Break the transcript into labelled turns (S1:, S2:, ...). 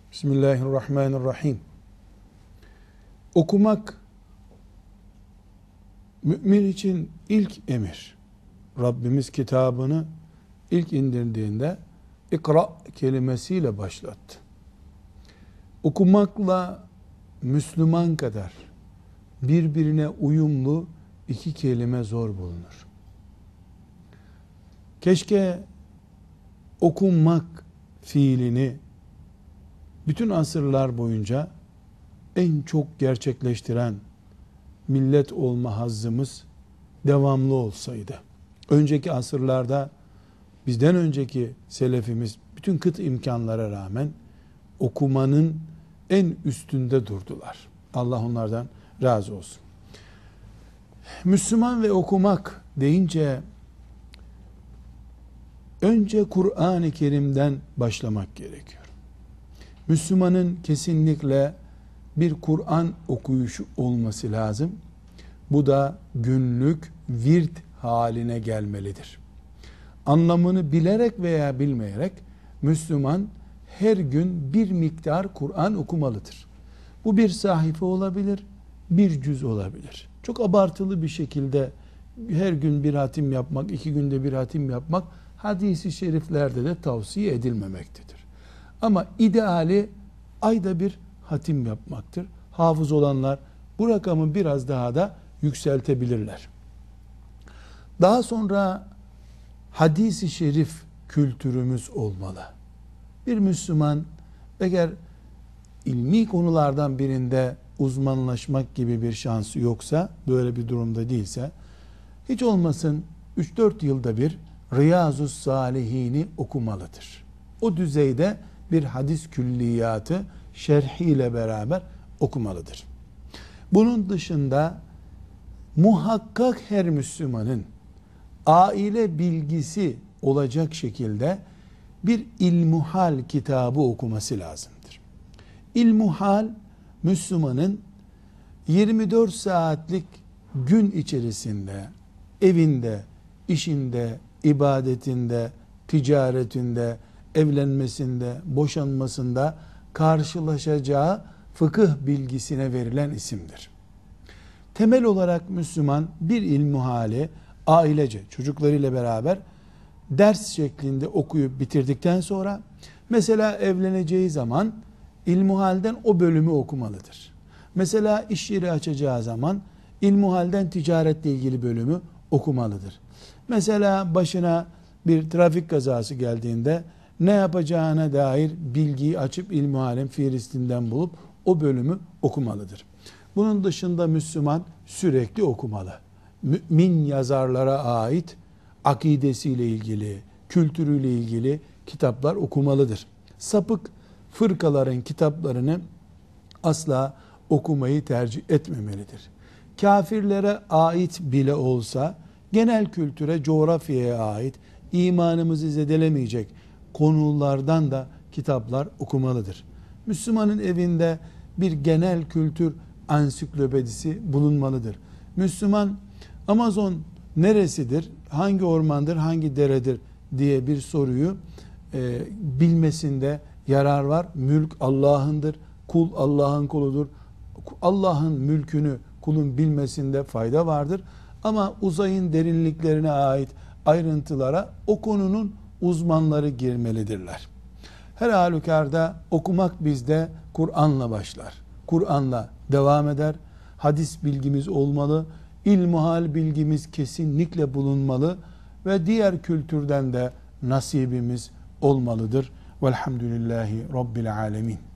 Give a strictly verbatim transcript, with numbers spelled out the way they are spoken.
S1: Bismillahirrahmanirrahim. Okumak mümin için ilk emir. Rabbimiz kitabını ilk indirdiğinde ikra kelimesiyle başlattı. Okumakla Müslüman kadar birbirine uyumlu iki kelime zor bulunur. Keşke okunmak fiilini bütün asırlar boyunca en çok gerçekleştiren millet olma hazzımız devamlı olsaydı. Önceki asırlarda bizden önceki selefimiz bütün kıt imkanlara rağmen okumanın en üstünde durdular. Allah onlardan razı olsun. Müslüman ve okumak deyince önce Kur'an-ı Kerim'den başlamak gerekiyor. Müslümanın kesinlikle bir Kur'an okuyuşu olması lazım. Bu da günlük virt haline gelmelidir. Anlamını bilerek veya bilmeyerek Müslüman her gün bir miktar Kur'an okumalıdır. Bu bir sayfa olabilir, bir cüz olabilir. Çok abartılı bir şekilde her gün bir hatim yapmak, iki günde bir hatim yapmak hadis-i şeriflerde de tavsiye edilmemektedir. Ama ideali ayda bir hatim yapmaktır. Hafız olanlar bu rakamı biraz daha da yükseltebilirler. Daha sonra hadis-i şerif kültürümüz olmalı. Bir Müslüman eğer ilmi konulardan birinde uzmanlaşmak gibi bir şansı yoksa, böyle bir durumda değilse, hiç olmasın üç dört yılda bir Riyazus Salihini okumalıdır. O düzeyde bir hadis külliyatı şerhiyle beraber okumalıdır. Bunun dışında muhakkak her Müslümanın aile bilgisi olacak şekilde bir İlmuhal kitabı okuması lazımdır. İlmuhal, Müslümanın yirmi dört saatlik gün içerisinde evinde, işinde, ibadetinde, ticaretinde, evlenmesinde, boşanmasında karşılaşacağı fıkıh bilgisine verilen isimdir. Temel olarak Müslüman bir ilmuhali ailece, çocuklarıyla beraber ders şeklinde okuyup bitirdikten sonra mesela evleneceği zaman ilmuhalden o bölümü okumalıdır. Mesela iş yeri açacağı zaman ilmuhalden ticaretle ilgili bölümü okumalıdır. Mesela başına bir trafik kazası geldiğinde ne yapacağına dair bilgiyi açıp ilmuhalin fihristinden bulup o bölümü okumalıdır. Bunun dışında Müslüman sürekli okumalı. Mümin yazarlara ait akidesiyle ilgili, kültürüyle ilgili kitaplar okumalıdır. Sapık fırkaların kitaplarını asla okumayı tercih etmemelidir. Kafirlere ait bile olsa genel kültüre, coğrafyaya ait imanımızı zedelemeyecek konulardan da kitaplar okumalıdır. Müslümanın evinde bir genel kültür ansiklopedisi bulunmalıdır. Müslüman Amazon neresidir, hangi ormandır, hangi deredir diye bir soruyu e, bilmesinde yarar var. Mülk Allah'ındır, kul Allah'ın kuludur. Allah'ın mülkünü kulun bilmesinde fayda vardır. Ama uzayın derinliklerine ait ayrıntılara o konunun uzmanları girmelidirler. Her halükarda okumak bizde Kur'an'la başlar. Kur'an'la devam eder. Hadis bilgimiz olmalı. İlmuhal bilgimiz kesinlikle bulunmalı. Ve diğer kültürden de nasibimiz olmalıdır. Velhamdülillahi Rabbil alemin.